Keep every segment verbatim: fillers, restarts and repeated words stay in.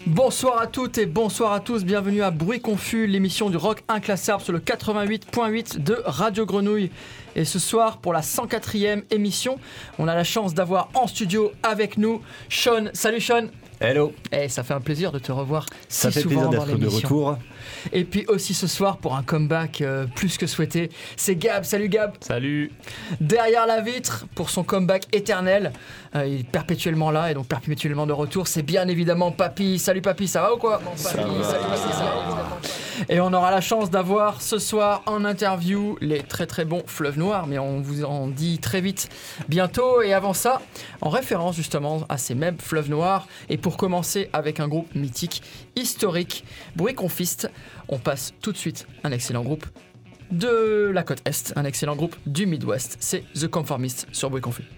Bonsoir à toutes et bonsoir à tous, bienvenue à Bruit Confus, l'émission du rock inclassable sur le quatre-vingt-huit point huit de Radio Grenouille. Et ce soir, pour la cent quatrième émission, on a la chance d'avoir en studio avec nous Sean. Salut Sean. Hello. Et ça fait un plaisir de te revoir ça si fait souvent plaisir dans d'être l'émission. de retour. Et puis aussi ce soir pour un comeback euh, plus que souhaité, c'est Gab. Salut Gab. Salut. Derrière la vitre pour son comeback éternel, euh, il est perpétuellement là et donc perpétuellement de retour, c'est bien évidemment Papy. Salut Papy, ça va ou quoi? Bon, Papy, ça va. salut Papy, ça va évidemment. Et on aura la chance d'avoir ce soir en interview les très très bons Fleuve Noir, mais on vous en dit très vite bientôt. Et avant ça, en référence justement à ces mêmes Fleuve Noirs, et pour commencer avec un groupe mythique, historique, Bruit Confiste, on passe tout de suite un excellent groupe de la côte Est, un excellent groupe du Midwest, c'est The Conformist sur Bruit Confus.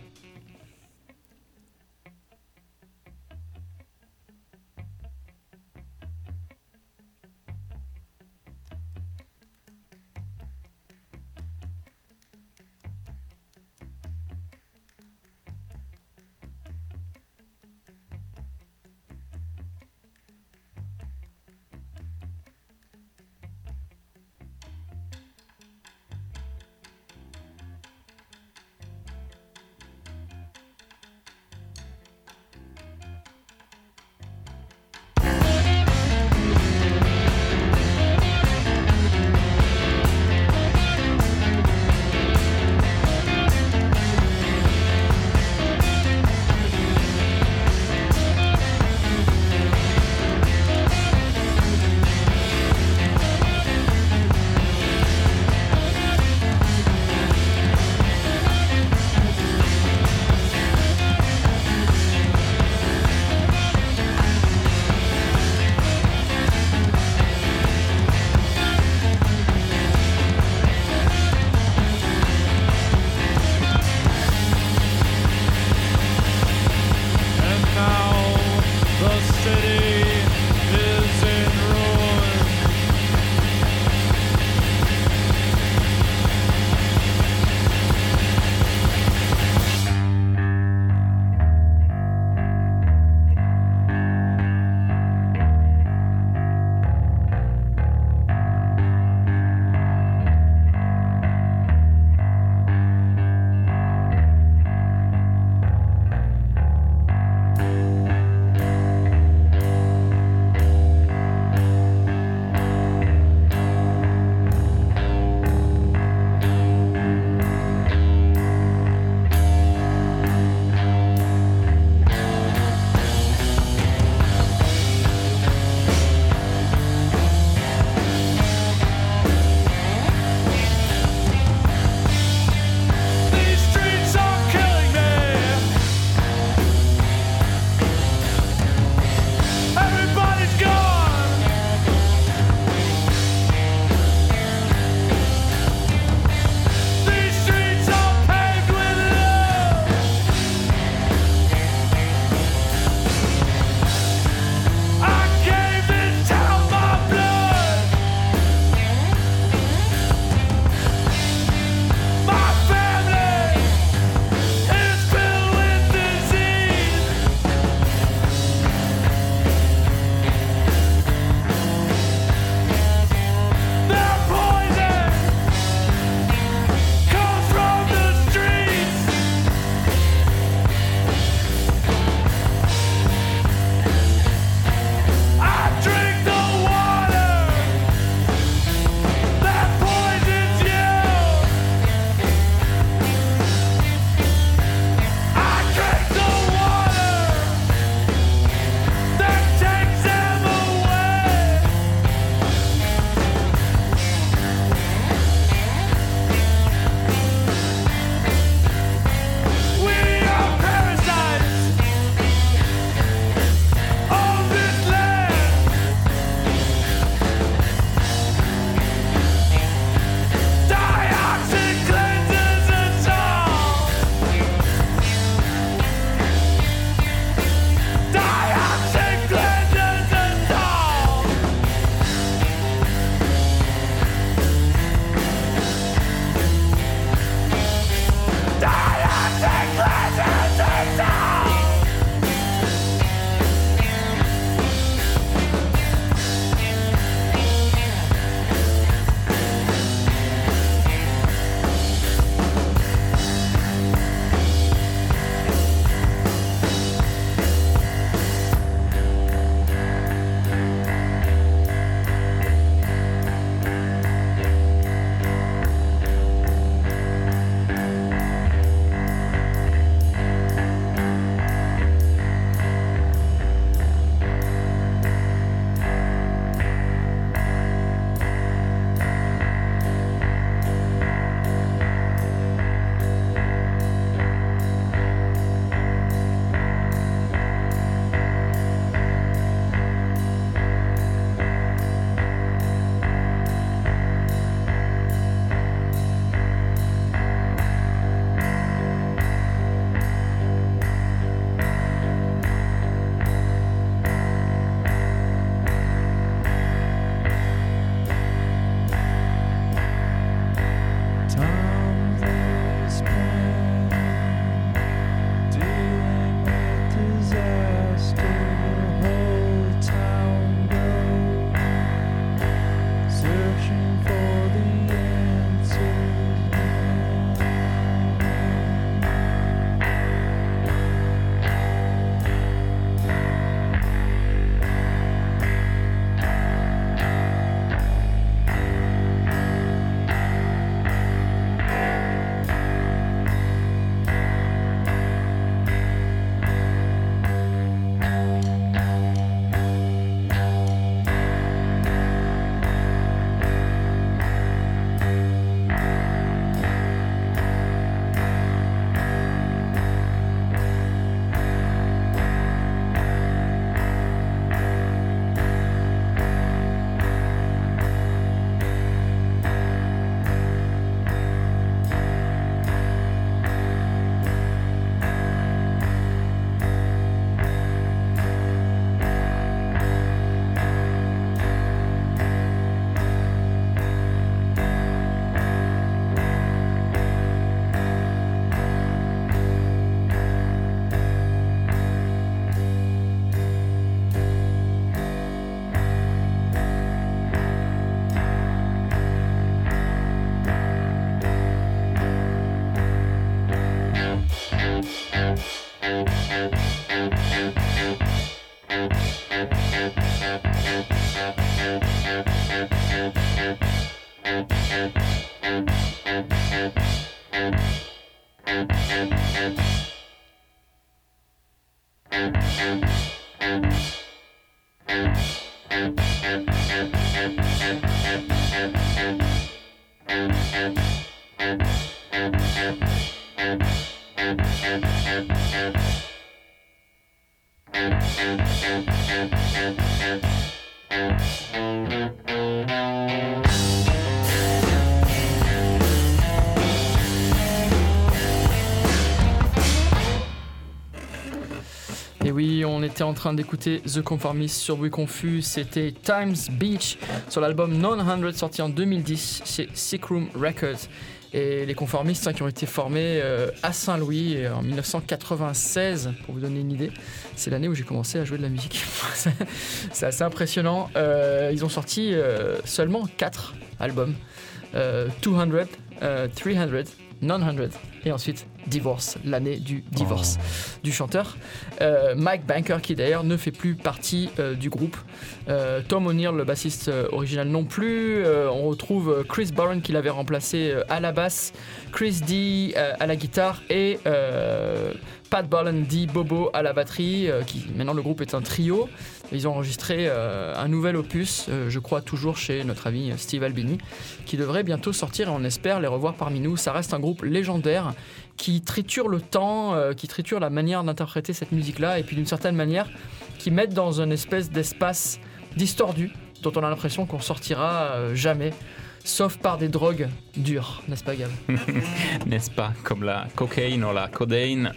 Et oui, on était en train d'écouter The Conformist sur Bruit Confus, c'était Times Beach sur l'album neuf cents sorti en deux mille dix chez Sick Room Records. Et les conformistes hein, qui ont été formés euh, à Saint-Louis euh, en dix-neuf cent quatre-vingt-seize, pour vous donner une idée. C'est l'année où j'ai commencé à jouer de la musique. C'est assez impressionnant. Euh, ils ont sorti euh, seulement quatre albums. Euh, deux cents, euh, trois cents, neuf cents et ensuite Divorce, l'année du divorce oh. du chanteur. Euh, Mike Banker qui d'ailleurs ne fait plus partie euh, du groupe. Euh, Tom O'Neill, le bassiste euh, original non plus. Euh, on retrouve Chris Barron qui l'avait remplacé euh, à la basse, Chris D euh, à la guitare et euh, Pat Bolland dit Bobo à la batterie. Euh, qui, maintenant le groupe est un trio. Ils ont enregistré euh, un nouvel opus, euh, je crois toujours chez notre ami Steve Albini, qui devrait bientôt sortir et on espère les revoir parmi nous. Ça reste un groupe légendaire qui triture le temps, euh, qui triture la manière d'interpréter cette musique-là et puis d'une certaine manière qui mettent dans une espèce d'espace distordu dont on a l'impression qu'on sortira euh, jamais. Sauf par des drogues dures, n'est-ce pas Gab? N'est-ce pas? Comme la cocaïne ou la codeine.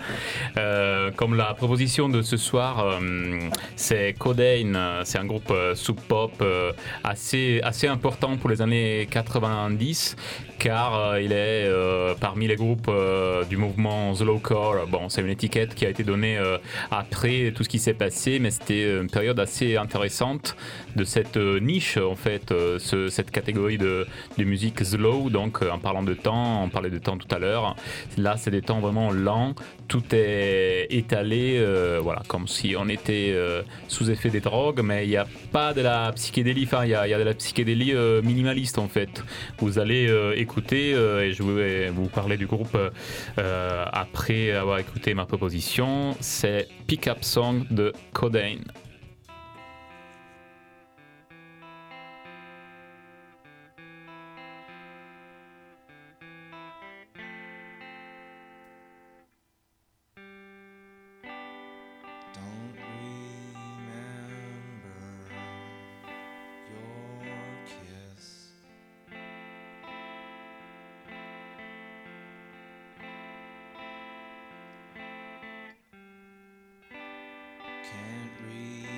Euh, comme la proposition de ce soir, euh, c'est Codeine, c'est un groupe euh, sub-pop euh, assez, assez important pour les années quatre-vingt-dix, car euh, il est euh, parmi les groupes euh, du mouvement Slowcore. Bon, c'est une étiquette qui a été donnée euh, après tout ce qui s'est passé, mais c'était une période assez intéressante de cette euh, niche, en fait, euh, ce, cette catégorie de de musique slow, donc euh, en parlant de temps, on parlait de temps tout à l'heure, là c'est des temps vraiment lents, tout est étalé, euh, voilà, comme si on était euh, sous effet des drogues, mais il n'y a pas de la psychédélie, enfin il y, y a de la psychédélie euh, minimaliste en fait. Vous allez euh, écouter, euh, et je vais vous parler du groupe euh, après avoir écouté ma proposition, c'est Pick Up Song de Codeine. Can't read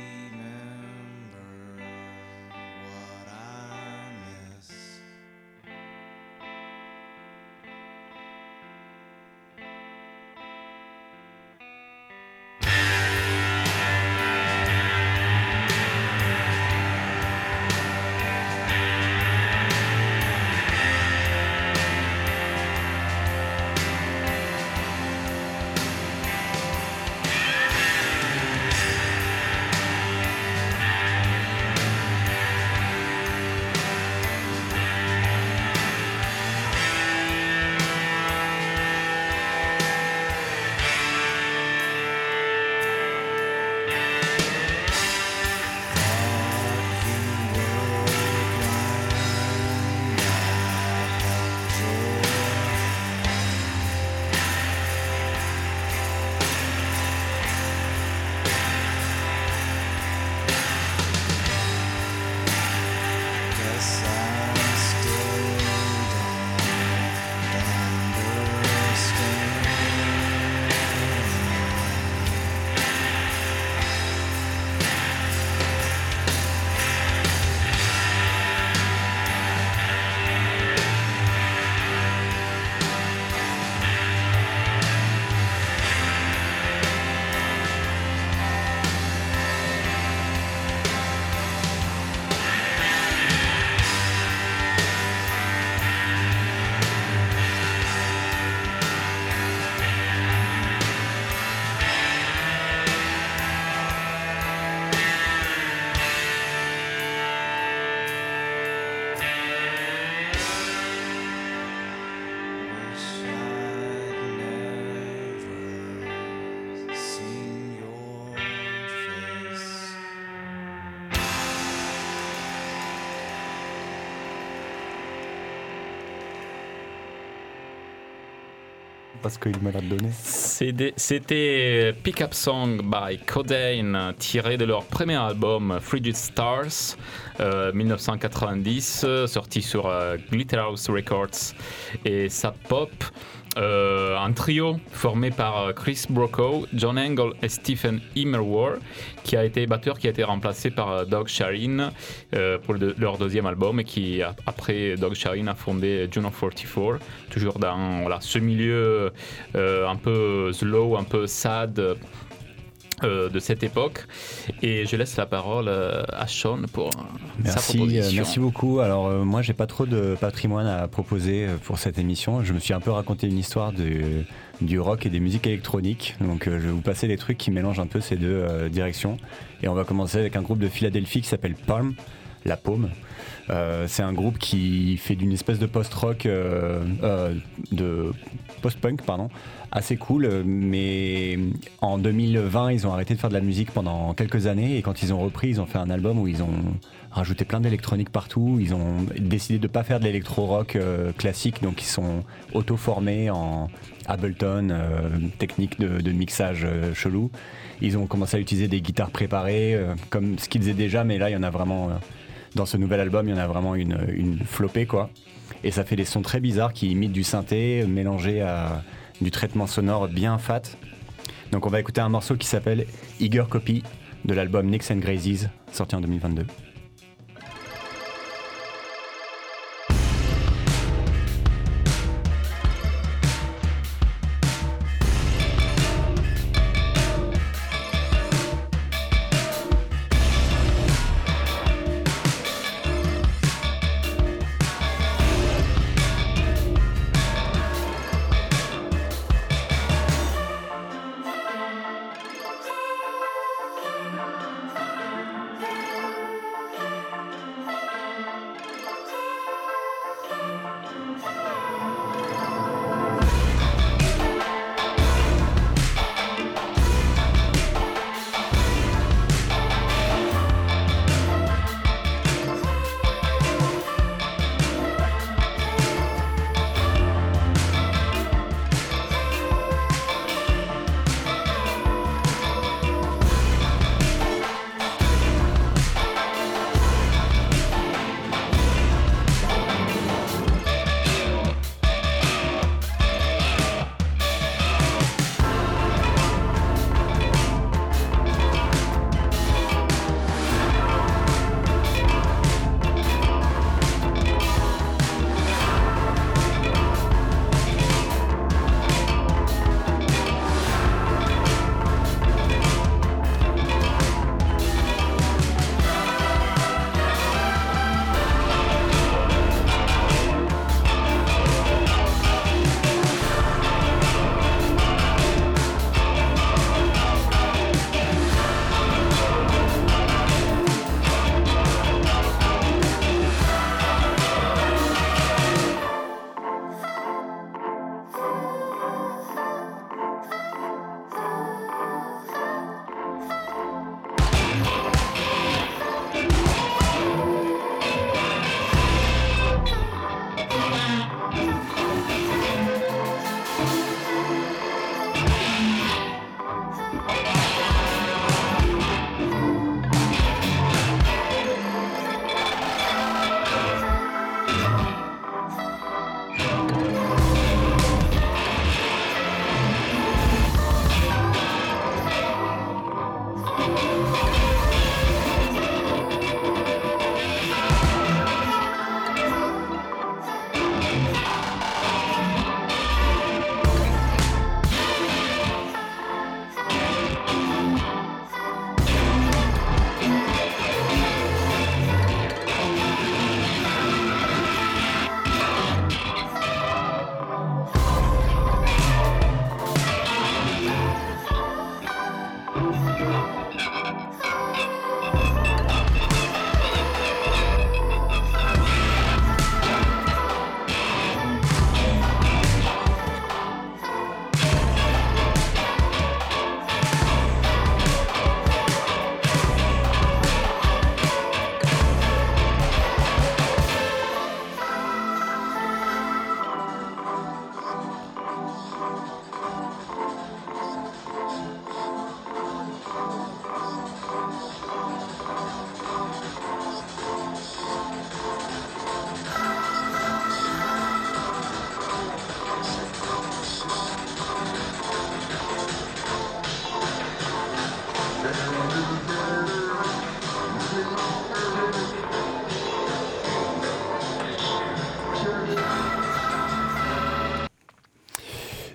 parce qu'il me l'a donné. C'était, c'était Pick Up Song by Codain, tiré de leur premier album Frigid Stars, euh, dix-neuf cent quatre-vingt-dix, sorti sur euh, Glitterhouse Records. Et ça pop. Euh, un trio formé par Chris Brokaw, John Engel et Stephen Immerwahr, qui a été batteur, qui a été remplacé par Doug Sharin euh, pour le, leur deuxième album, et qui après Doug Sharin a fondé Juno quarante-quatre, toujours dans voilà, ce milieu euh, un peu slow, un peu sad euh, de cette époque. Et je laisse la parole à Sean pour merci, sa proposition. Euh, merci beaucoup. Alors euh, moi j'ai pas trop de patrimoine à proposer pour cette émission. Je me suis un peu raconté une histoire de, du rock et des musiques électroniques. Donc euh, je vais vous passer des trucs qui mélangent un peu ces deux euh, directions. Et on va commencer avec un groupe de Philadelphie qui s'appelle Palm, la paume. Euh, c'est un groupe qui fait d'une espèce de post-rock, euh, euh, de post-punk, pardon, assez cool, mais en deux mille vingt, ils ont arrêté de faire de la musique pendant quelques années, et quand ils ont repris, ils ont fait un album où ils ont rajouté plein d'électronique partout. Ils ont décidé de ne pas faire de l'électro-rock euh, classique, donc ils sont auto-formés en Ableton, euh, technique de, de mixage euh, chelou. Ils ont commencé à utiliser des guitares préparées, euh, comme ce qu'ils faisaient déjà, mais là, il y en a vraiment... Euh, dans ce nouvel album, il y en a vraiment une, une flopée, quoi. Et ça fait des sons très bizarres qui imitent du synthé mélangé à du traitement sonore bien fat. Donc on va écouter un morceau qui s'appelle Eager Copy de l'album Nicks and Grazies, sorti en deux mille vingt-deux.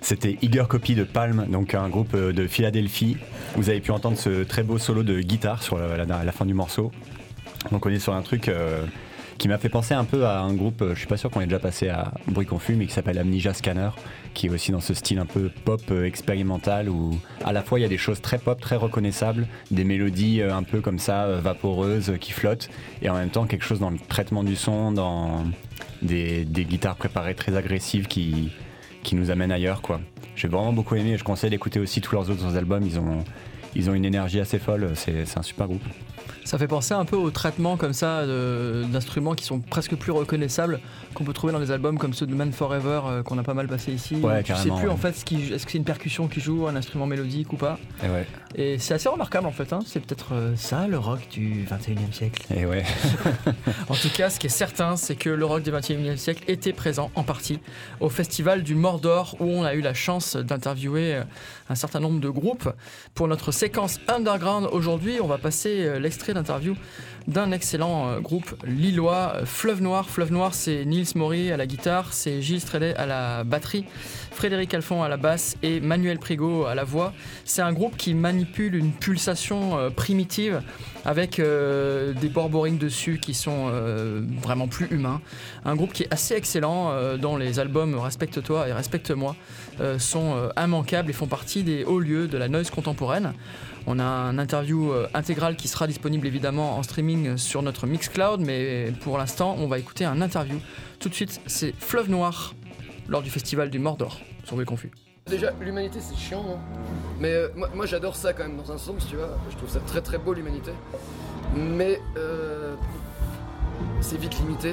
C'était Eager Copy de Palm, donc un groupe de Philadelphie. Vous avez pu entendre ce très beau solo de guitare sur la, la, la fin du morceau. Donc on est sur un truc euh, qui m'a fait penser un peu à un groupe, je suis pas sûr qu'on ait déjà passé à Bruit Confus, mais qui s'appelle Amnesia Scanner, qui est aussi dans ce style un peu pop euh, expérimental où à la fois il y a des choses très pop, très reconnaissables, des mélodies euh, un peu comme ça, euh, vaporeuses, euh, qui flottent, et en même temps quelque chose dans le traitement du son, dans des, des guitares préparées très agressives qui, qui nous amènent ailleurs, quoi. J'ai vraiment beaucoup aimé et je conseille d'écouter aussi tous leurs autres albums, ils ont, ils ont une énergie assez folle, c'est, c'est un super groupe. Ça fait penser un peu aux traitements comme ça de, d'instruments qui sont presque plus reconnaissables qu'on peut trouver dans des albums comme ceux de Man Forever euh, qu'on a pas mal passé ici. Ouais, tu sais plus ouais. en fait ce qui, est-ce que c'est une percussion qui joue, un instrument mélodique ou pas. Et, ouais. Et c'est assez remarquable en fait, hein. C'est peut-être euh, ça le rock du vingt et unième siècle. Et ouais. En tout cas, ce qui est certain, c'est que le rock du vingt et unième siècle était présent en partie au festival du Mordor où on a eu la chance d'interviewer un certain nombre de groupes. Pour notre séquence underground aujourd'hui, on va passer l'extrait d'interview d'un excellent groupe lillois, Fleuve Noir. Fleuve Noir, c'est Nils Maury à la guitare, c'est Gilles Strélet à la batterie, Frédéric Alphon à la basse et Manuel Prigo à la voix. C'est un groupe qui manipule une pulsation euh, primitive avec euh, des borborings dessus qui sont euh, vraiment plus humains. Un groupe qui est assez excellent euh, dont les albums Respecte-toi et Respecte-moi euh, sont euh, immanquables et font partie des hauts lieux de la noise contemporaine. On a un interview euh, intégral qui sera disponible évidemment en streaming sur notre Mixcloud, mais pour l'instant on va écouter un interview. Tout de suite, c'est Fleuve Noir lors du festival du Mordor sur Bruit Confus. Déjà, l'humanité c'est chiant, hein. Mais euh, moi, moi j'adore ça quand même dans un sens, tu vois. Je trouve ça très très beau l'humanité, mais euh, c'est vite limité.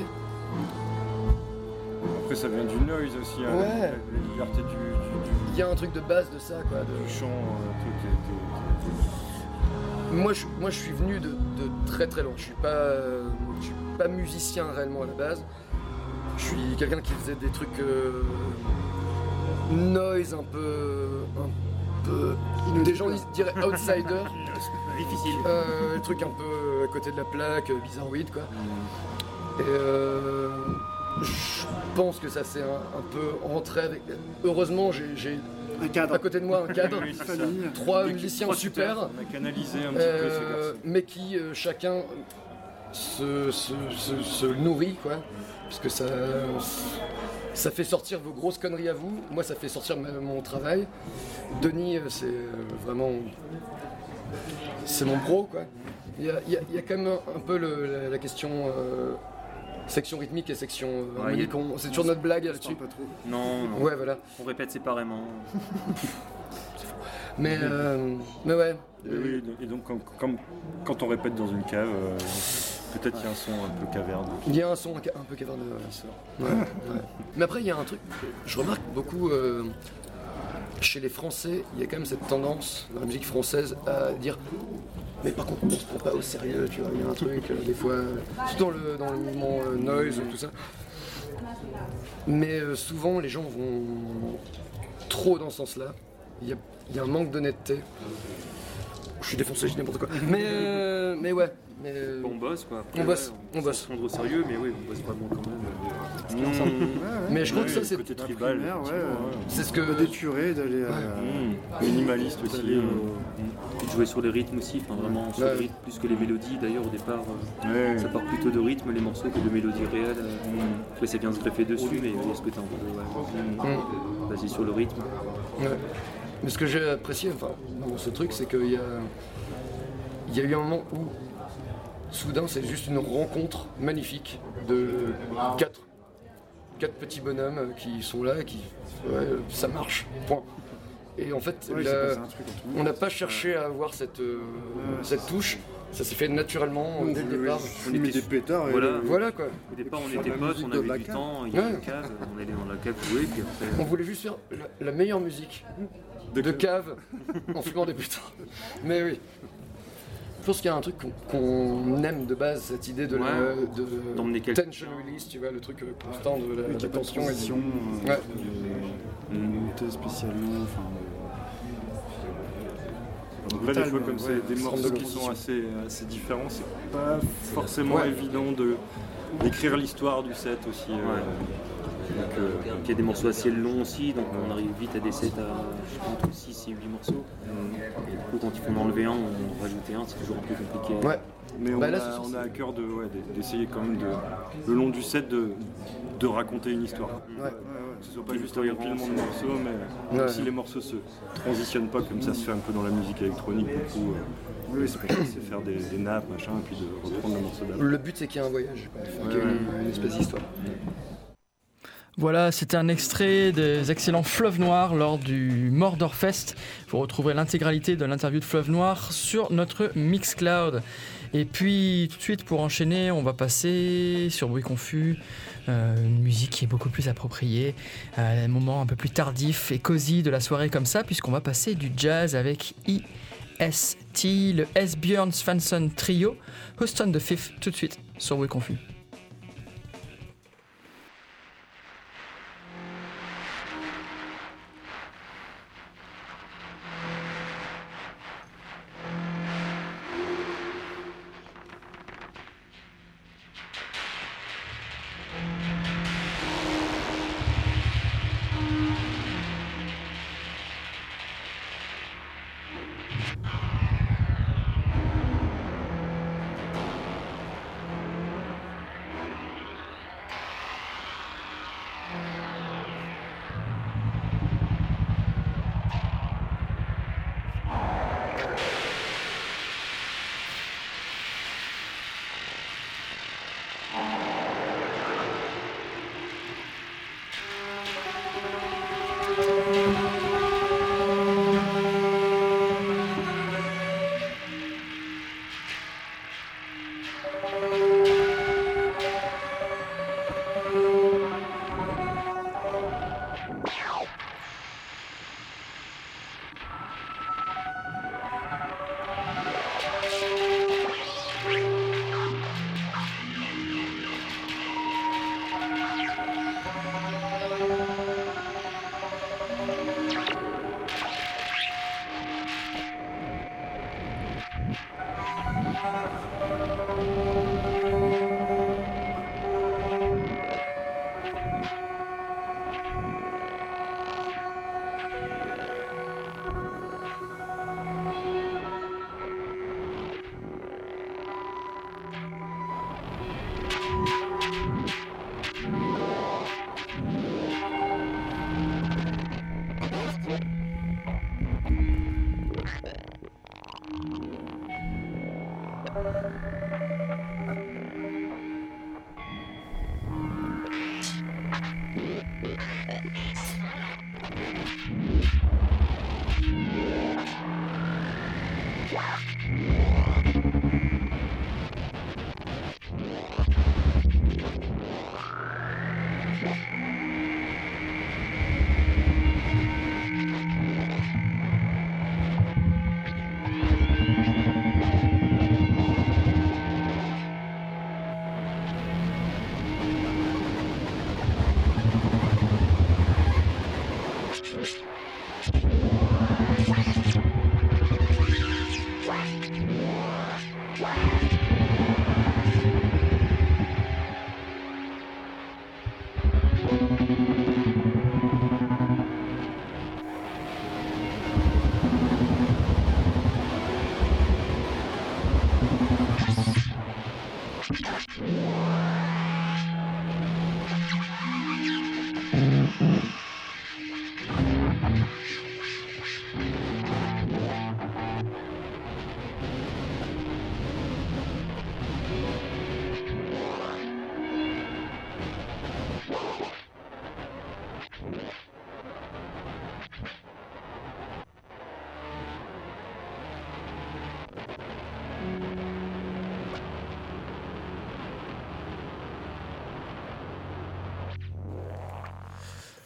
Après ça vient du noise aussi, hein, ouais. La, la liberté du, du, du... Il y a un truc de base de ça, quoi. De... Du chant, un truc de, de... Moi, je, moi je suis venu de, de très très loin. Je suis pas, euh, je suis pas musicien réellement à la base. Je suis quelqu'un qui faisait des trucs euh, noise un peu, un peu. Des gens diraient outsider. Difficile. Euh, des trucs un peu à côté de la plaque, bizarroïde quoi. Et euh, je pense que ça s'est un, un peu rentré avec. Heureusement, j'ai, j'ai un cadre à côté de moi un cadre, oui, trois musiciens super, on a canalisé un petit euh, peu ces garçons. mais qui euh, chacun se, se, se, se nourrit quoi, parce que ça, ça fait sortir vos grosses conneries à vous. Moi, ça fait sortir ma, mon travail. Denis, c'est vraiment, c'est mon pro quoi. Il y a, il y a, il y a quand même un, un peu le, la, la question. Euh, Section rythmique et section euh, ouais, harmonique, a... on... c'est toujours notre blague là-dessus. Pas trop. Non, non. Ouais, voilà. On répète séparément. mais, euh, mais ouais. Et, oui, et donc quand, quand, quand on répète dans une cave, euh, peut-être qu'il y a un son un peu caverneux. Il y a un son un, ca- un peu caverneux, ouais. Ouais, ouais. Mais après, il y a un truc, je remarque beaucoup euh, chez les Français, il y a quand même cette tendance dans la musique française à dire. Mais par contre, on se prend pas au sérieux, tu vois, il y a un truc, euh, des fois, surtout dans le, dans le mouvement euh, noise, tout ça. Mais euh, souvent, les gens vont trop dans ce sens-là. Il y a, il y a un manque d'honnêteté. Je suis défoncé, je dis n'importe quoi. Mais, euh, mais ouais. Mais, euh, on bosse quoi. Après, on bosse, ouais, on, on bosse. Se prendre au sérieux, mais oui, on bosse vraiment quand même. Mmh. Ouais, ouais. Mais je crois ouais, que ça, le c'est côté tribal. Primaire, ouais, ouais. C'est ce que. D'épurer, d'aller à. Mmh. Minimaliste aussi. D'aller, euh, de jouer sur les rythmes aussi, enfin vraiment sur ouais. les rythmes plus que les mélodies. D'ailleurs, au départ, euh, Ouais. ça part plutôt de rythme les morceaux que de mélodies réelles. Mmh. Après, ça vient se greffer dessus, mais il y a ce côté un peu ouais, Mmh. basé sur le rythme. Ouais. Mais ce que j'ai apprécié, enfin, dans ce truc, c'est qu'il y a, il y a eu un moment où, soudain, c'est juste une rencontre magnifique de quatre, quatre petits bonhommes qui sont là et qui, ouais, ça marche, point. Et en fait, Ouais, la- il s'est passé un truc entre nous. on n'a pas cherché à avoir cette, euh, cette touche, ça s'est fait naturellement Nous, dès on le voulait départ. fumer des pétards et Voilà. le- Voilà quoi. Au départ, on Faire était de la potes, musique on de avait la du cave. temps, il y avait Ouais. une cave, on allait dans la cave jouer, puis après. On voulait juste faire la, la meilleure musique de, De cave en fumant des pétards. Mais oui. Je pense qu'il y a un truc qu'on, qu'on aime de base, cette idée de, la, Ouais. de D'emmener quelqu'un. tension release, tu vois, le truc euh, constant de la, Oui, la qu'il y a pas de tension. et du- transition, euh, Ouais. de- de monter spécialement. Enfin, Après, des Brutal, fois, mais comme ouais, c'est des sans morceaux de qui sont transition. assez, assez différents, c'est pas forcément Ouais. évident de, d'écrire l'histoire du set aussi. euh, Donc euh, il y a des morceaux assez longs aussi, donc on arrive vite à des sets à je sais pas, entre six et huit morceaux. Et du coup quand il faut en enlever un, on rajouter un, c'est toujours un peu compliqué. Ouais. Mais on, Bah là, a, ce soir, on c'est- a à cœur de, ouais, d'essayer quand même de, le long du set de, de raconter une histoire. Ouais. Ouais, ouais. Que ce soit pas Une juste un cohérence, empilement de ouais. morceaux, mais Ouais. même si les morceaux se transitionnent pas comme ça se fait un peu dans la musique électronique, beaucoup, euh, Oui, c'est c'est faire des, des nappes, machin, et puis de reprendre le morceau d'après. Le but, c'est qu'il y ait un voyage, quoi. Enfin, qu'il y ait Ouais, une, une espèce d'histoire. Voilà, c'était un extrait des excellents Fleuve Noir lors du Mordor Fest. Vous retrouverez l'intégralité de l'interview de Fleuve Noir sur notre Mixcloud. Et puis tout de suite pour enchaîner, on va passer sur Bruit Confus, euh, une musique qui est beaucoup plus appropriée, euh, un moment un peu plus tardif et cosy de la soirée comme ça, puisqu'on va passer du jazz avec E S T, le S. Björn Svensson Trio, Houston the Fifth, tout de suite sur Bruit Confus.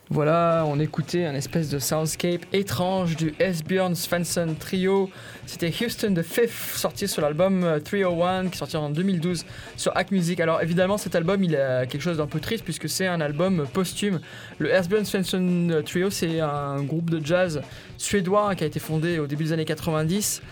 Voilà, on écoutait un espèce de soundscape étrange du Esbjörn Svensson Trio. C'était Houston the Fifth, sorti sur l'album trois cent un, qui est sorti en deux mille douze sur Hack Music. Alors évidemment, cet album, il a quelque chose d'un peu triste puisque c'est un album posthume. Le Esbjörn Svensson Trio, c'est un groupe de jazz suédois qui a été fondé au début des années quatre-vingt-dix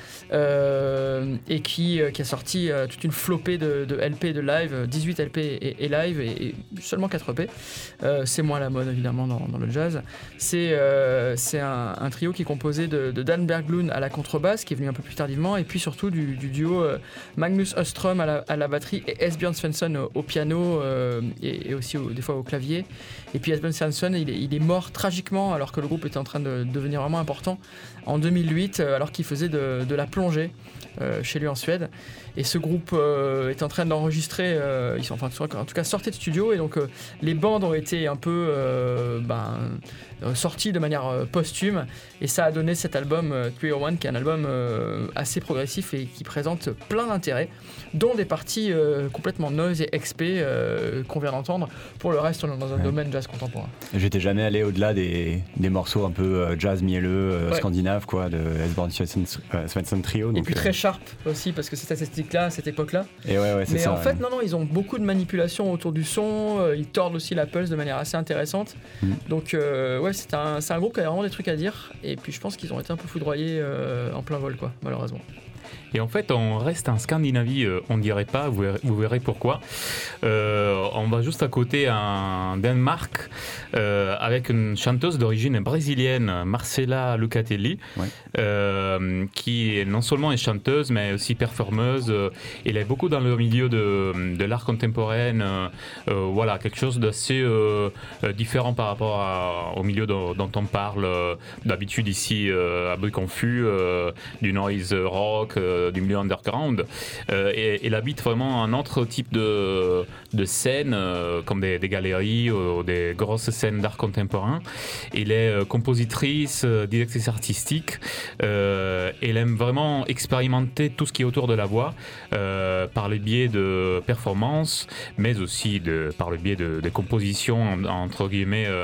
euh, et qui, qui a sorti euh, toute une flopée de, de L P de live, dix-huit L P et, et live et, et seulement quatre E P. Euh, c'est moins la mode évidemment dans dans le jazz. C'est, euh, c'est un, un trio qui est composé de, de Dan Berglund à la contrebasse, qui est venu un peu plus tardivement, et puis surtout du, du duo euh, Magnus Öström à la, à la batterie et Esbjörn Svensson au, au piano euh, et, et aussi au, des fois au clavier. Et puis Esbjörn Svensson, il est, il est mort tragiquement alors que le groupe était en train de devenir vraiment important en deux mille huit, euh, alors qu'il faisait de, de la plongée euh, chez lui en Suède. Et ce groupe euh, est en train d'enregistrer, euh, ils sont enfin en tout cas sortis de studio, et donc euh, les bandes ont été un peu euh, ben, euh, sorties de manière euh, posthume, et ça a donné cet album euh, trois cent un, qui est un album euh, assez progressif et qui présente plein d'intérêts, dont des parties euh, complètement noise et X P euh, qu'on vient d'entendre. Pour le reste, on est dans un ouais. domaine jazz contemporain. J'étais jamais allé au-delà des, des morceaux un peu euh, jazz mielleux, euh, ouais. scandinave, quoi, de Esbjörn Svensson Trio. Donc, et puis euh... très sharp aussi, parce que c'est cette esthétique-là, à cette époque-là. Et ouais, ouais, c'est Mais ça, en fait, ouais. non, non, ils ont beaucoup de manipulations autour du son, euh, ils tordent aussi la pulse de manière assez intéressante. Mm. Donc, euh, ouais, c'est un, c'est un groupe qui a vraiment des trucs à dire, et puis je pense qu'ils ont été un peu foudroyés euh, en plein vol, quoi, malheureusement. Et en fait, on reste en Scandinavie, euh, on dirait pas, vous verrez, vous verrez pourquoi. Euh, on va juste à côté en Danemark euh, avec une chanteuse d'origine brésilienne, Marcela Lucatelli, ouais. euh, qui est non seulement est chanteuse, mais aussi performeuse. Elle est beaucoup dans le milieu de, de l'art contemporain. Euh, voilà, quelque chose d'assez euh, différent par rapport à, au milieu dont, dont on parle euh, d'habitude ici euh, à Bruit Confus, euh, du noise rock, euh, du milieu underground. Euh, et elle habite vraiment un autre type de, de scène, euh, comme des, des galeries ou des grosses scènes d'art contemporain. Elle est euh, compositrice, euh, directrice artistique. Euh, elle aime vraiment expérimenter tout ce qui est autour de la voix, euh, par le biais de performances, mais aussi de, par le biais de, de compositions entre guillemets euh,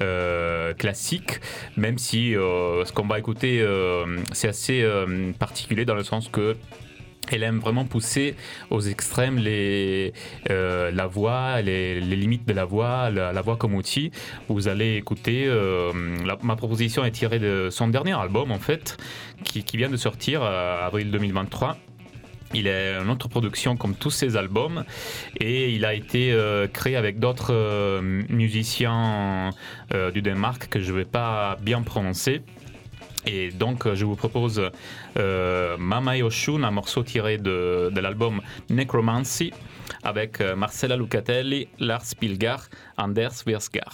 euh, classiques, même si euh, ce qu'on va écouter euh, c'est assez euh, particulier dans le sens que elle aime vraiment pousser aux extrêmes les, euh, la voix, les, les limites de la voix, la, la voix comme outil. Vous allez écouter, euh, la, ma proposition est tirée de son dernier album en fait, qui, qui vient de sortir euh, avril deux mille vingt-trois. Il est une autre production comme tous ses albums et il a été euh, créé avec d'autres euh, musiciens euh, du Danemark que je ne vais pas bien prononcer. Et donc je vous propose euh, Mamma Oshun, un morceau tiré de, de l'album Necromancy avec euh, Marcela Lucatelli, Lars Pilgaard, Anders Versgaard.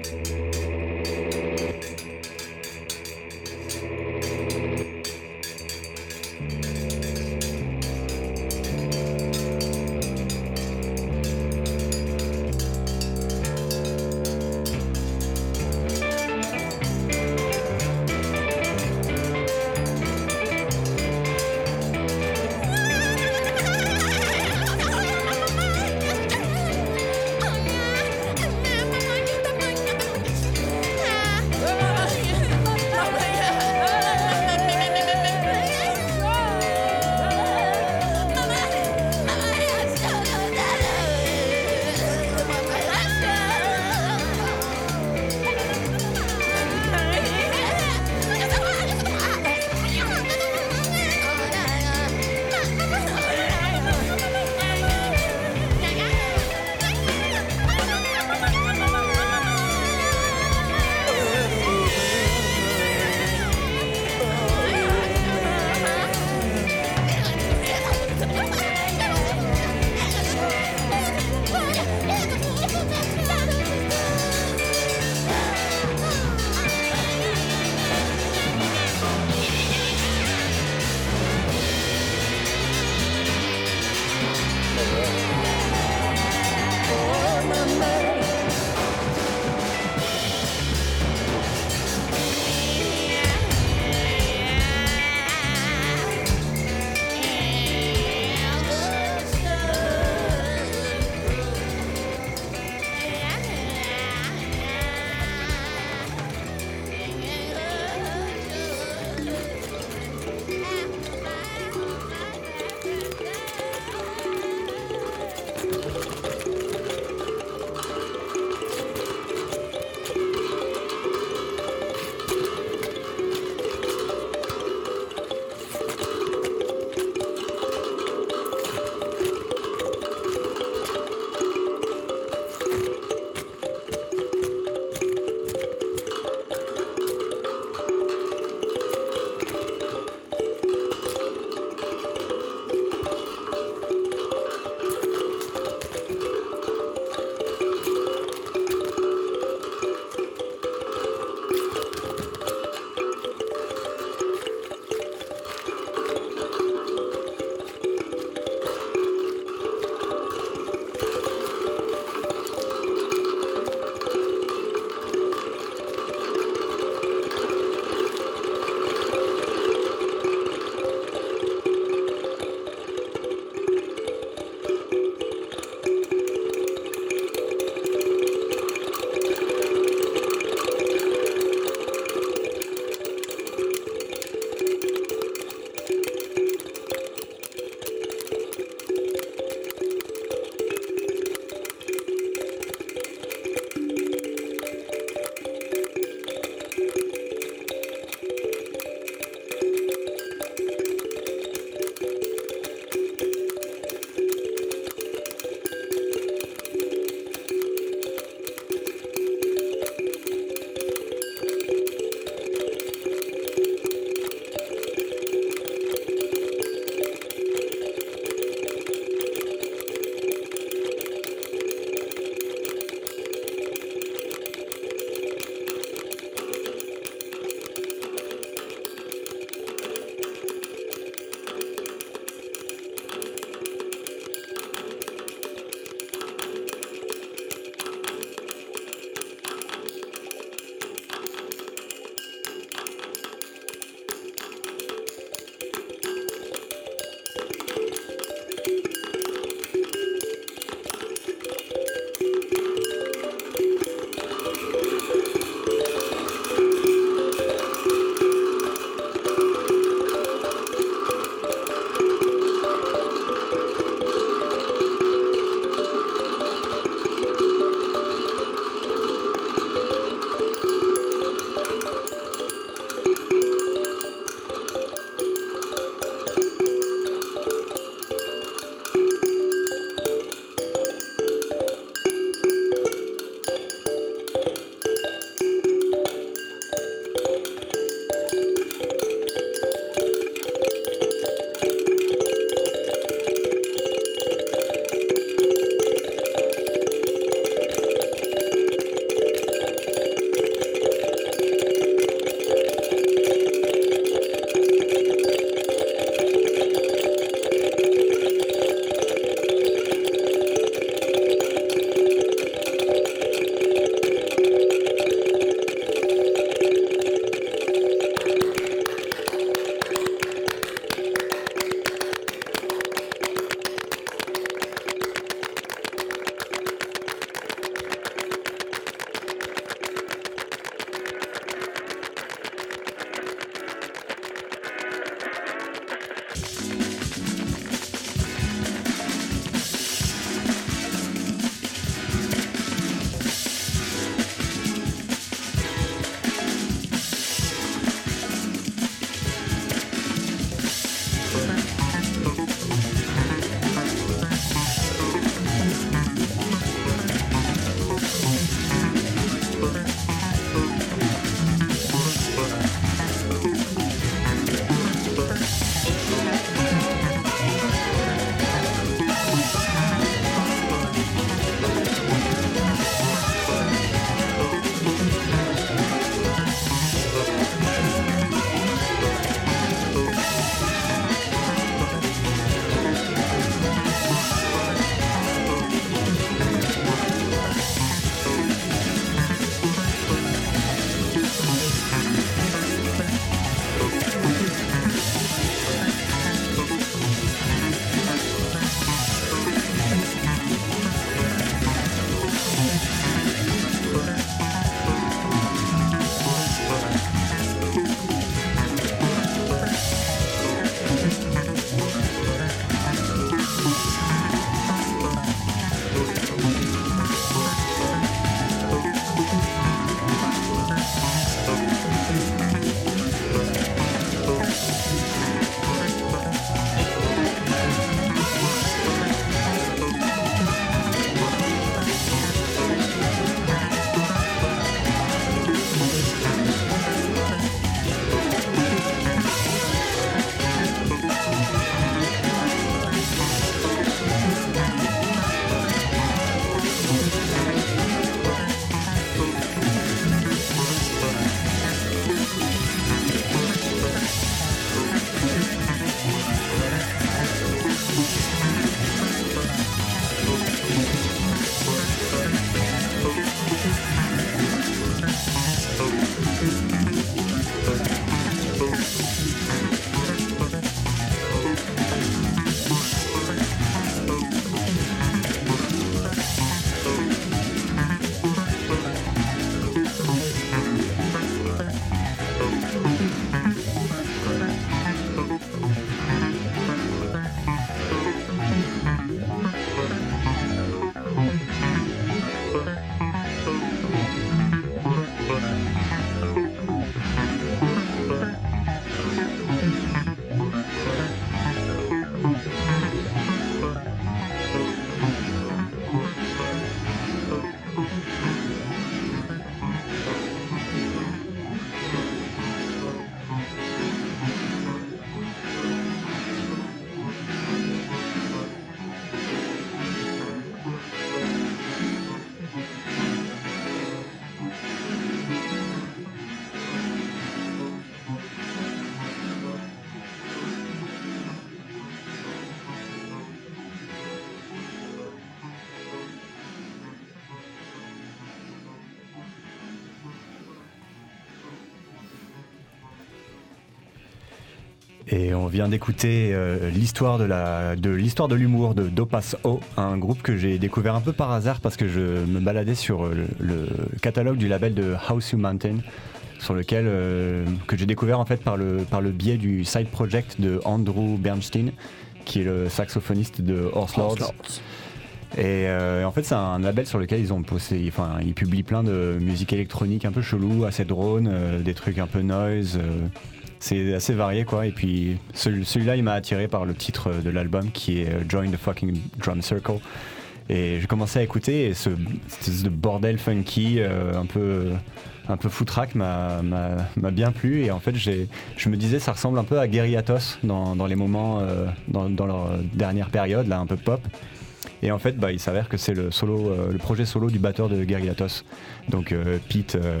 Et on vient d'écouter euh, l'histoire de, la, de l'histoire de l'humour de Dopas O, un groupe que j'ai découvert un peu par hasard parce que je me baladais sur le, le catalogue du label de House You Mountain, sur lequel euh, que j'ai découvert en fait par le, par le biais du side project de Andrew Bernstein, qui est le saxophoniste de Horse Lords. Et euh, en fait c'est un label sur lequel ils ont posé, enfin ils publient plein de musique électronique un peu chelou, assez drone, euh, des trucs un peu noise. Euh, c'est assez varié quoi. Et puis celui, celui-là il m'a attiré par le titre de l'album qui est Join the Fucking Drum Circle. Et j'ai commencé à écouter et ce, ce bordel funky euh, un peu un peu foutraque m'a, m'a, m'a bien plu. Et en fait j'ai, je me disais ça ressemble un peu à Guerrillatos dans, dans les moments euh, dans, dans leur dernière période là un peu pop. Et en fait, bah, il s'avère que c'est le, solo, euh, le projet solo du batteur de Guerrillatos. Donc euh, Pete, euh,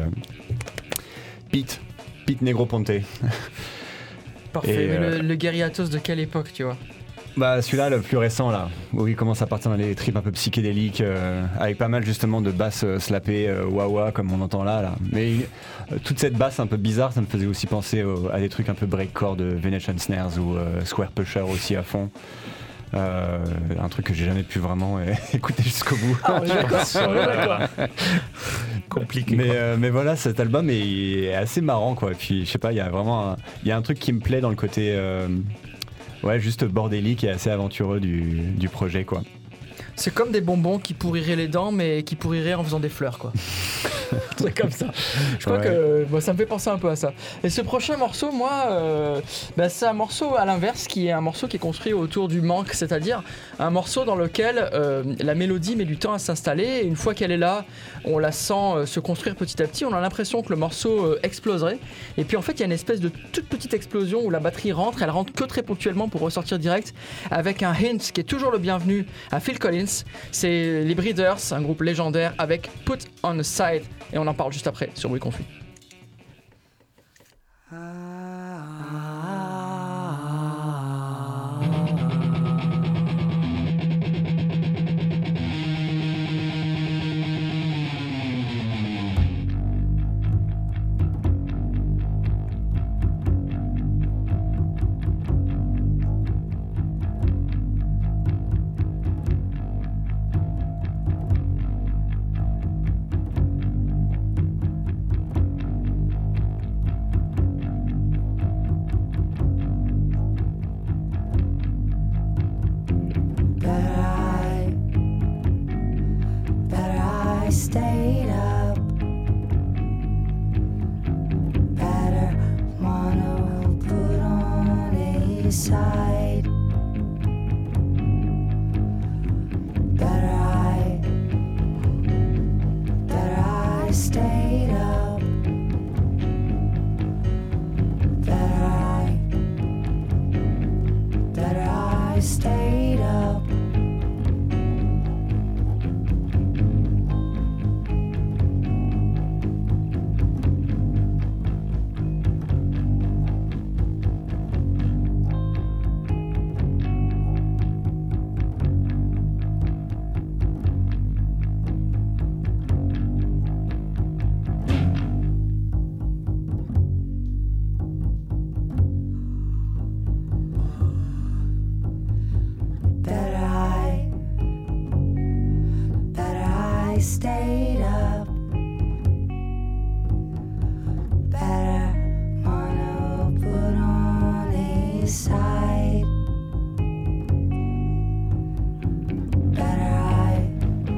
Pete, Pete Negroponte. Parfait. Et, Mais euh, le, le Guerrillatos de quelle époque, tu vois? Bah celui-là, le plus récent là, où il commence à partir dans les trips un peu psychédéliques, euh, avec pas mal justement de basses euh, slappées, euh, wah-wah comme on entend là. là. Mais euh, toute cette basse un peu bizarre, ça me faisait aussi penser au, à des trucs un peu breakcore de Venetian Snares ou euh, Square Pusher aussi à fond. Euh, un truc que j'ai jamais pu vraiment euh, écouter jusqu'au bout. Ah, on est d'accord, on est d'accord. Compliqué. Mais, quoi. euh, mais voilà, cet album est, est assez marrant quoi. Et puis je sais pas, il y a vraiment un, il y a un truc qui me plaît dans le côté euh, ouais, juste bordélique et assez aventureux du, du projet quoi. C'est comme des bonbons qui pourriraient les dents, mais qui pourriraient en faisant des fleurs, quoi. C'est comme ça. Je crois Ouais. que bah, ça me fait penser un peu à ça. Et ce prochain morceau, moi, euh, bah, c'est un morceau à l'inverse, qui est un morceau qui est construit autour du manque, c'est-à-dire un morceau dans lequel euh, la mélodie met du temps à s'installer, et une fois qu'elle est là, on la sent euh, se construire petit à petit, on a l'impression que le morceau euh, exploserait, et puis en fait il y a une espèce de toute petite explosion où la batterie rentre, elle rentre que très ponctuellement pour ressortir direct, avec un hint qui est toujours le bienvenu à Phil Collins. C'est les Breeders, un groupe légendaire, avec Put on the Side, et on en parle juste après sur Bruit Confus. Stayed up. Better wanna put on a side. Better I, better I stayed up. Better I, better I stayed up. Stayed up. Better wanna put on a side. Better I,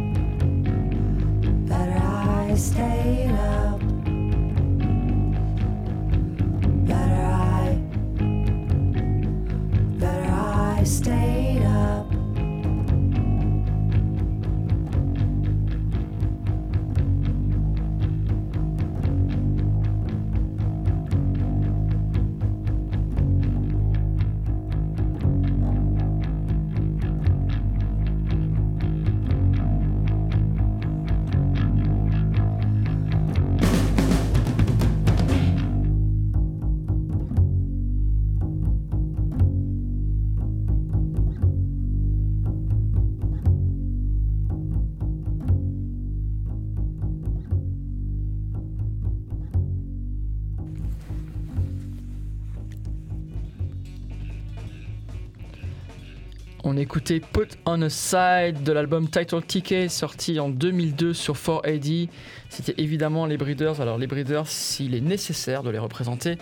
better I stayed up. Better I, better I stayed up. On écoutait Put on a Side de l'album Title T K sorti en deux mille deux sur four A D. C'était évidemment les Breeders. Alors les Breeders, s'il est nécessaire de les représenter,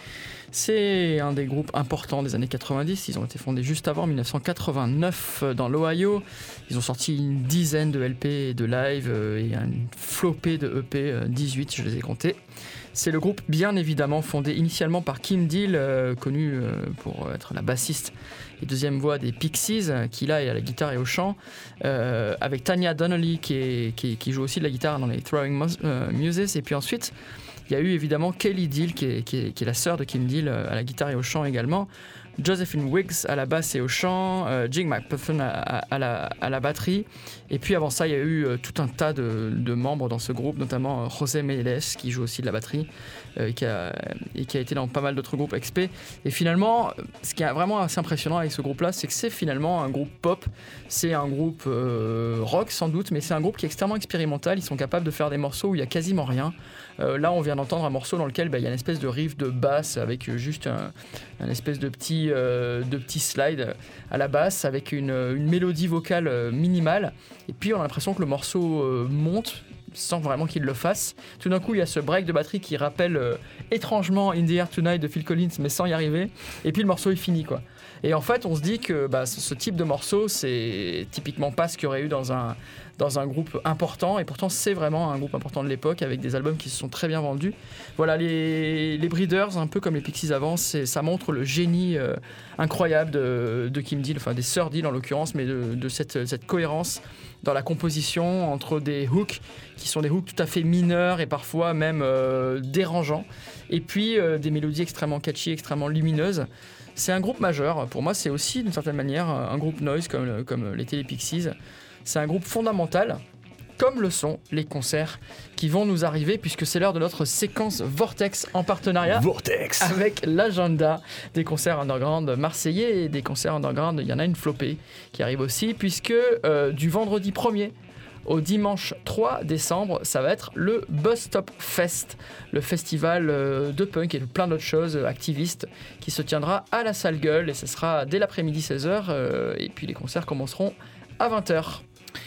c'est un des groupes importants des années quatre-vingt-dix. Ils ont été fondés juste avant, en dix-neuf cent quatre-vingt-neuf, dans l'Ohio. Ils ont sorti une dizaine de L P et de live et une flopée de E P, dix-huit, je les ai comptés. C'est le groupe bien évidemment fondé initialement par Kim Deal, euh, connu euh, pour être la bassiste et deuxième voix des Pixies, qui là est à la guitare et au chant, euh, avec Tanya Donnelly qui, est, qui, qui joue aussi de la guitare dans les Throwing Mus- euh, Muses. Et puis ensuite, il y a eu évidemment Kelly Deal qui est, qui est, qui est la sœur de Kim Deal euh, à la guitare et au chant également. Josephine Wiggs à la basse et au chant, euh, Jing McPuffin à, à, à, la, à la batterie. Et puis avant ça, il y a eu euh, tout un tas de, de membres dans ce groupe, notamment euh, José Meles qui joue aussi de la batterie euh, et, qui a, et qui a été dans pas mal d'autres groupes X P. Et finalement, ce qui est vraiment assez impressionnant avec ce groupe-là, c'est que c'est finalement un groupe pop, c'est un groupe euh, rock sans doute, mais c'est un groupe qui est extrêmement expérimental. Ils sont capables de faire des morceaux où il n'y a quasiment rien. Euh, là, on vient d'entendre un morceau dans lequel bah, il y a une espèce de riff de basse avec juste un, un espèce de petit, euh, de petit slide à la basse avec une, une mélodie vocale minimale. Et puis, on a l'impression que le morceau euh, monte sans vraiment qu'il le fasse. Tout d'un coup, il y a ce break de batterie qui rappelle euh, étrangement In the Air Tonight de Phil Collins, mais sans y arriver. Et puis, le morceau est fini, quoi. Et en fait, on se dit que bah, ce, ce type de morceau, c'est typiquement pas ce qu'il y aurait eu dans un, dans un groupe important. Et pourtant, c'est vraiment un groupe important de l'époque avec des albums qui se sont très bien vendus. Voilà, les, les Breeders, un peu comme les Pixies avant, c'est, ça montre le génie euh, incroyable de, de Kim Deal, enfin des sœurs Deal en l'occurrence, mais de, de cette, cette cohérence dans la composition entre des hooks qui sont des hooks tout à fait mineurs et parfois même euh, dérangeants. Et puis euh, des mélodies extrêmement catchy, extrêmement lumineuses. C'est un groupe majeur. Pour moi, c'est aussi, d'une certaine manière, un groupe noise comme, comme l'étaient les Pixies. C'est un groupe fondamental, comme le sont les concerts qui vont nous arriver, puisque c'est l'heure de notre séquence Vortex en partenariat Vortex avec l'agenda des concerts underground marseillais et des concerts underground. Il y en a une flopée qui arrive aussi, puisque euh, du vendredi premier au dimanche trois décembre, ça va être le Bus Stop Fest, le festival de punk et de plein d'autres choses activistes qui se tiendra à la Salle Gueule et ce sera dès l'après-midi seize heures et puis les concerts commenceront à vingt heures.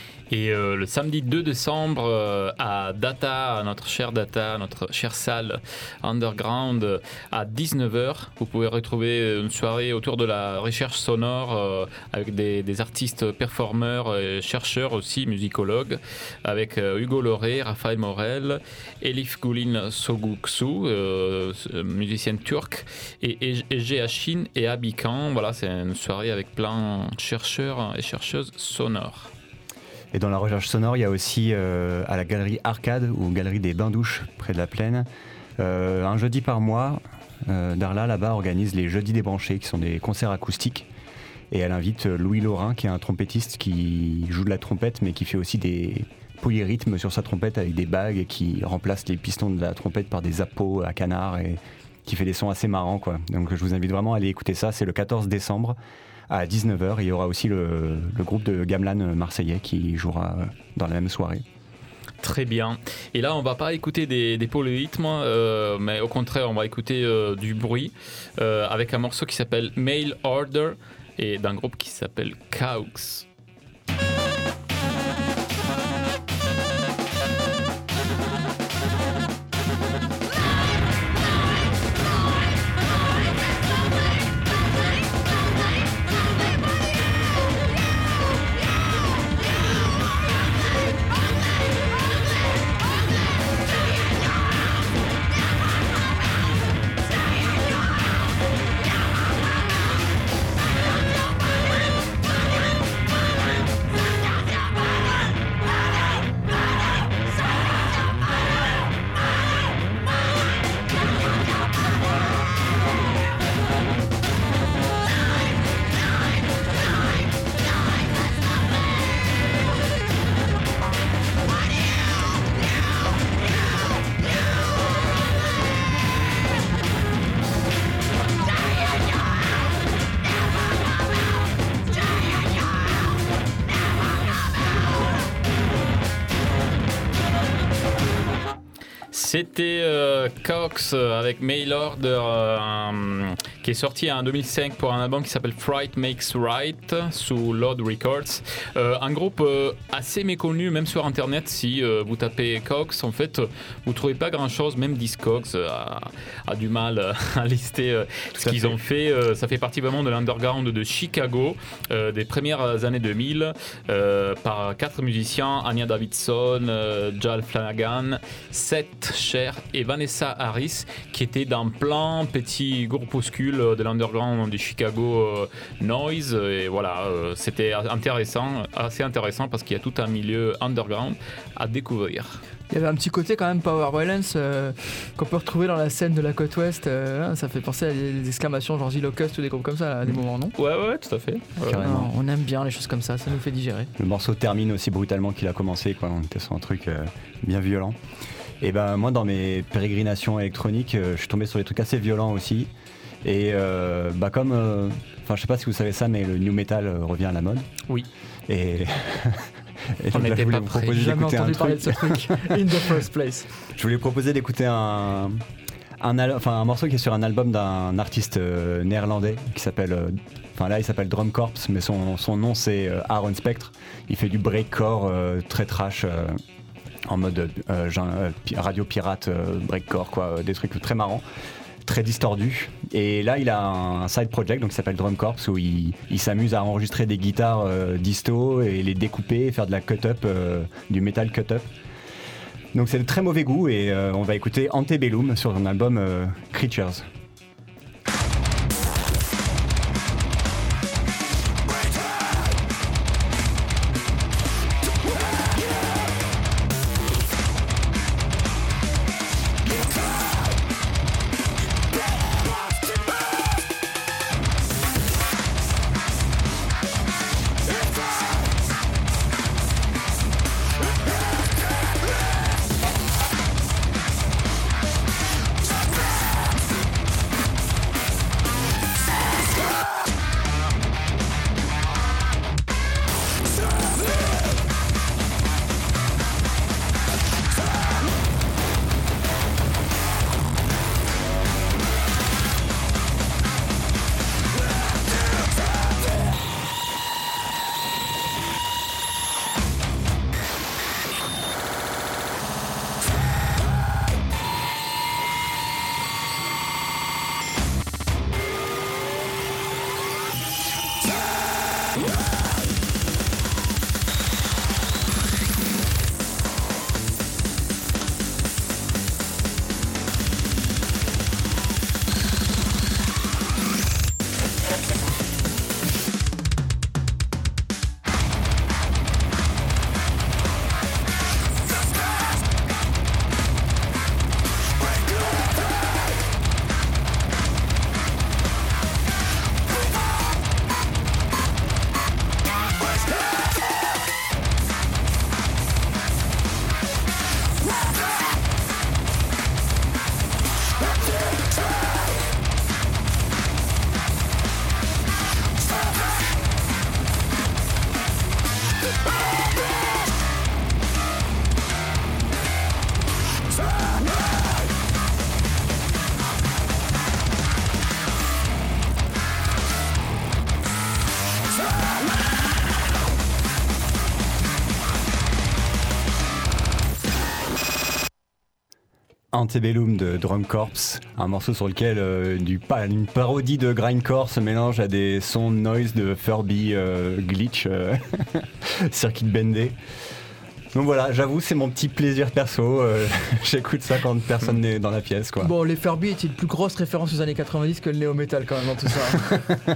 Et euh, le samedi deux décembre, euh, à Data, à notre chère Data, notre chère salle underground, euh, à dix-neuf heures, vous pouvez retrouver une soirée autour de la recherche sonore euh, avec des, des artistes performeurs et chercheurs aussi, musicologues, avec euh, Hugo Loré, Raphaël Morel, Elif Gulin Soguksu, euh, musicienne turque, et Ege Hachin et Abikan. Voilà, c'est une soirée avec plein de chercheurs et chercheuses sonores. Et dans la recherche sonore, il y a aussi euh, à la galerie Arcade ou galerie des Bains-Douches près de la Plaine, euh, un jeudi par mois, euh, Darla là-bas organise les Jeudis débranchés qui sont des concerts acoustiques et elle invite Louis Laurin qui est un trompettiste qui joue de la trompette mais qui fait aussi des polyrythmes sur sa trompette avec des bagues et qui remplace les pistons de la trompette par des appos à canard et qui fait des sons assez marrants, quoi. Donc je vous invite vraiment à aller écouter ça, c'est le quatorze décembre. À dix-neuf heures, il y aura aussi le, le groupe de Gamelan marseillais qui jouera dans la même soirée. Très bien. Et là, on va pas écouter des, des polyrythmes, euh, mais au contraire, on va écouter euh, du bruit euh, avec un morceau qui s'appelle Mail Order et d'un groupe qui s'appelle Caux. C'était euh, Cox avec Mail Order, euh, qui est sorti en deux mille cinq pour un album qui s'appelle Fright Makes Right sous Lord Records. Euh, un groupe euh, assez méconnu, même sur internet. Si euh, vous tapez Cox, en fait, vous trouvez pas grand chose. Même Discogs euh, a, a du mal euh, à lister euh, ce qu'ils ont fait. Euh, ça fait partie vraiment de l'underground de Chicago, euh, des premières années deux mille, euh, par quatre musiciens: Anya Davidson, euh, Jal Flanagan, Seth Cher et Vanessa Harris, qui étaient dans plein petit groupuscule de l'underground de Chicago euh, Noise. Et voilà, euh, c'était intéressant, assez intéressant parce qu'il y a tout un milieu underground à découvrir. Il y avait un petit côté quand même Power Violence euh, qu'on peut retrouver dans la scène de la côte ouest. Euh, ça fait penser à des, des exclamations genre Zilocust ou des groupes comme ça, là, à des moments, non? Ouais, ouais, tout à fait. Ouais. Non, on aime bien les choses comme ça, ça nous fait digérer. Le morceau termine aussi brutalement qu'il a commencé, quoi. On était sur un truc euh, bien violent. Et ben moi, dans mes pérégrinations électroniques, euh, je suis tombé sur des trucs assez violents aussi. Et euh, bah comme, enfin, euh, je sais pas si vous savez ça, mais le new metal euh, revient à la mode. Oui. Et Et on n'était pas prêts. J'ai jamais entendu parler de ce truc. In the first place. Je voulais proposer d'écouter un, un, al- enfin, un morceau qui est sur un album d'un artiste euh, néerlandais qui s'appelle, euh, enfin là il s'appelle Drum Corps, mais son, son nom c'est euh, Aaron Spectre. Il fait du breakcore euh, très trash, euh, en mode euh, genre, euh, radio pirate, euh, breakcore, quoi, euh, des trucs très marrants, très distordus. Et là il a un, un side project donc qui s'appelle Drum Corps, où il, il s'amuse à enregistrer des guitares euh, disto et les découper et faire de la cut-up, euh, du metal cut-up. Donc c'est de très mauvais goût et euh, on va écouter Antebellum sur son album euh, Creatures. Antebellum de Drum Corps, un morceau sur lequel euh, du, pa- une parodie de grindcore se mélange à des sons noise de Furby, euh, glitch, euh, circuit bendé. Donc voilà, j'avoue, c'est mon petit plaisir perso. Euh, j'écoute ça quand personne n'est dans la pièce, quoi. Bon, les Furby est une plus grosse référence aux années quatre-vingt-dix que le néo-metal quand même dans tout ça.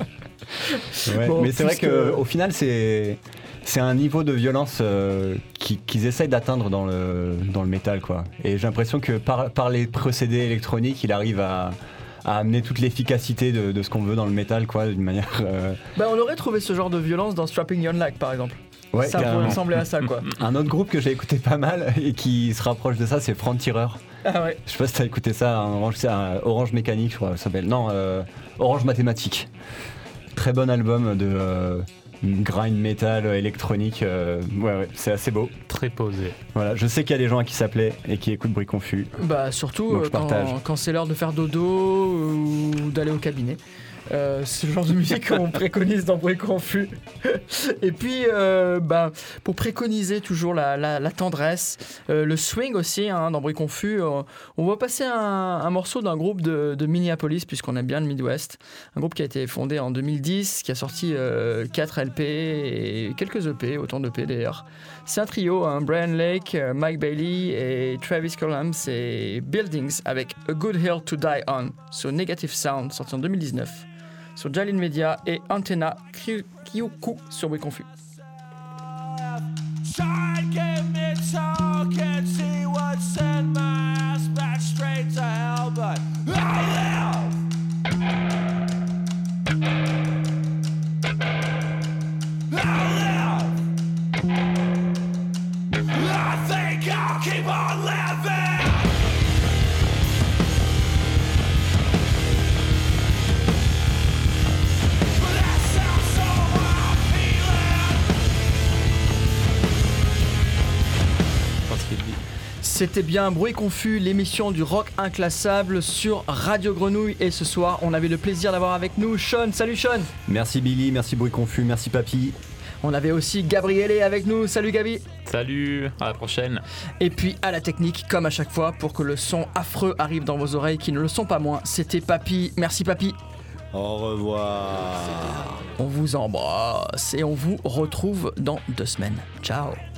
Ouais, Bon, mais c'est vrai puisque- qu'au final, c'est, c'est un niveau de violence euh, qui- qu'ils essayent d'atteindre dans le, dans le métal, quoi. Et j'ai l'impression que par, par les procédés électroniques, il arrive à, à amener toute l'efficacité de, de ce qu'on veut dans le métal, quoi, d'une manière. Euh... Bah, on aurait trouvé ce genre de violence dans Strapping Young Like par exemple. Ouais, ça pourrait carrément. ressembler à ça, quoi. Un autre groupe que j'ai écouté pas mal et qui se rapproche de ça, c'est Frontier. Ah ouais. Je sais pas si t'as écouté ça, un Orange, c'est un Orange Mécanique, je crois, ça s'appelle. Non, euh, Orange Mathématique. Très bon album de, euh, grind metal euh, électronique. euh, ouais, ouais, c'est assez beau. Très posé. Voilà, je sais qu'il y a des gens à qui ça plaît et qui écoutent Bruit Confus. Bah surtout Donc, euh, je partage. quand, quand c'est l'heure de faire dodo ou d'aller au cabinet. Euh, c'est le genre de musique qu'on préconise dans Bruit Confus. Et puis, euh, bah, pour préconiser toujours la, la, la tendresse, euh, le swing aussi, hein, dans Bruit Confus, euh, on va passer un, un morceau d'un groupe de, de Minneapolis, puisqu'on aime bien le Midwest. Un groupe qui a été fondé en deux mille dix, qui a sorti euh, quatre L P et quelques E P, autant d'E P d'ailleurs. C'est un trio, hein, Brian Lake, euh, Mike Bailey et Travis Cullum. C'est Buildings avec A Good Hill to Die On sur Negative Sound, sorti en deux mille dix-neuf. Sur Jalin Media et Antenna Kyoku sur Bruit Confus. C'était bien Bruit Confus, l'émission du rock inclassable sur Radio Grenouille. Et ce soir, on avait le plaisir d'avoir avec nous Sean. Salut Sean. Merci Billy, merci Bruit Confus, merci Papy. On avait aussi Gabriele avec nous. Salut Gabi. Salut, à la prochaine. Et puis à la technique, comme à chaque fois, pour que le son affreux arrive dans vos oreilles, qui ne le sont pas moins, c'était Papy. Merci Papy. Au revoir. On vous embrasse et on vous retrouve dans deux semaines. Ciao.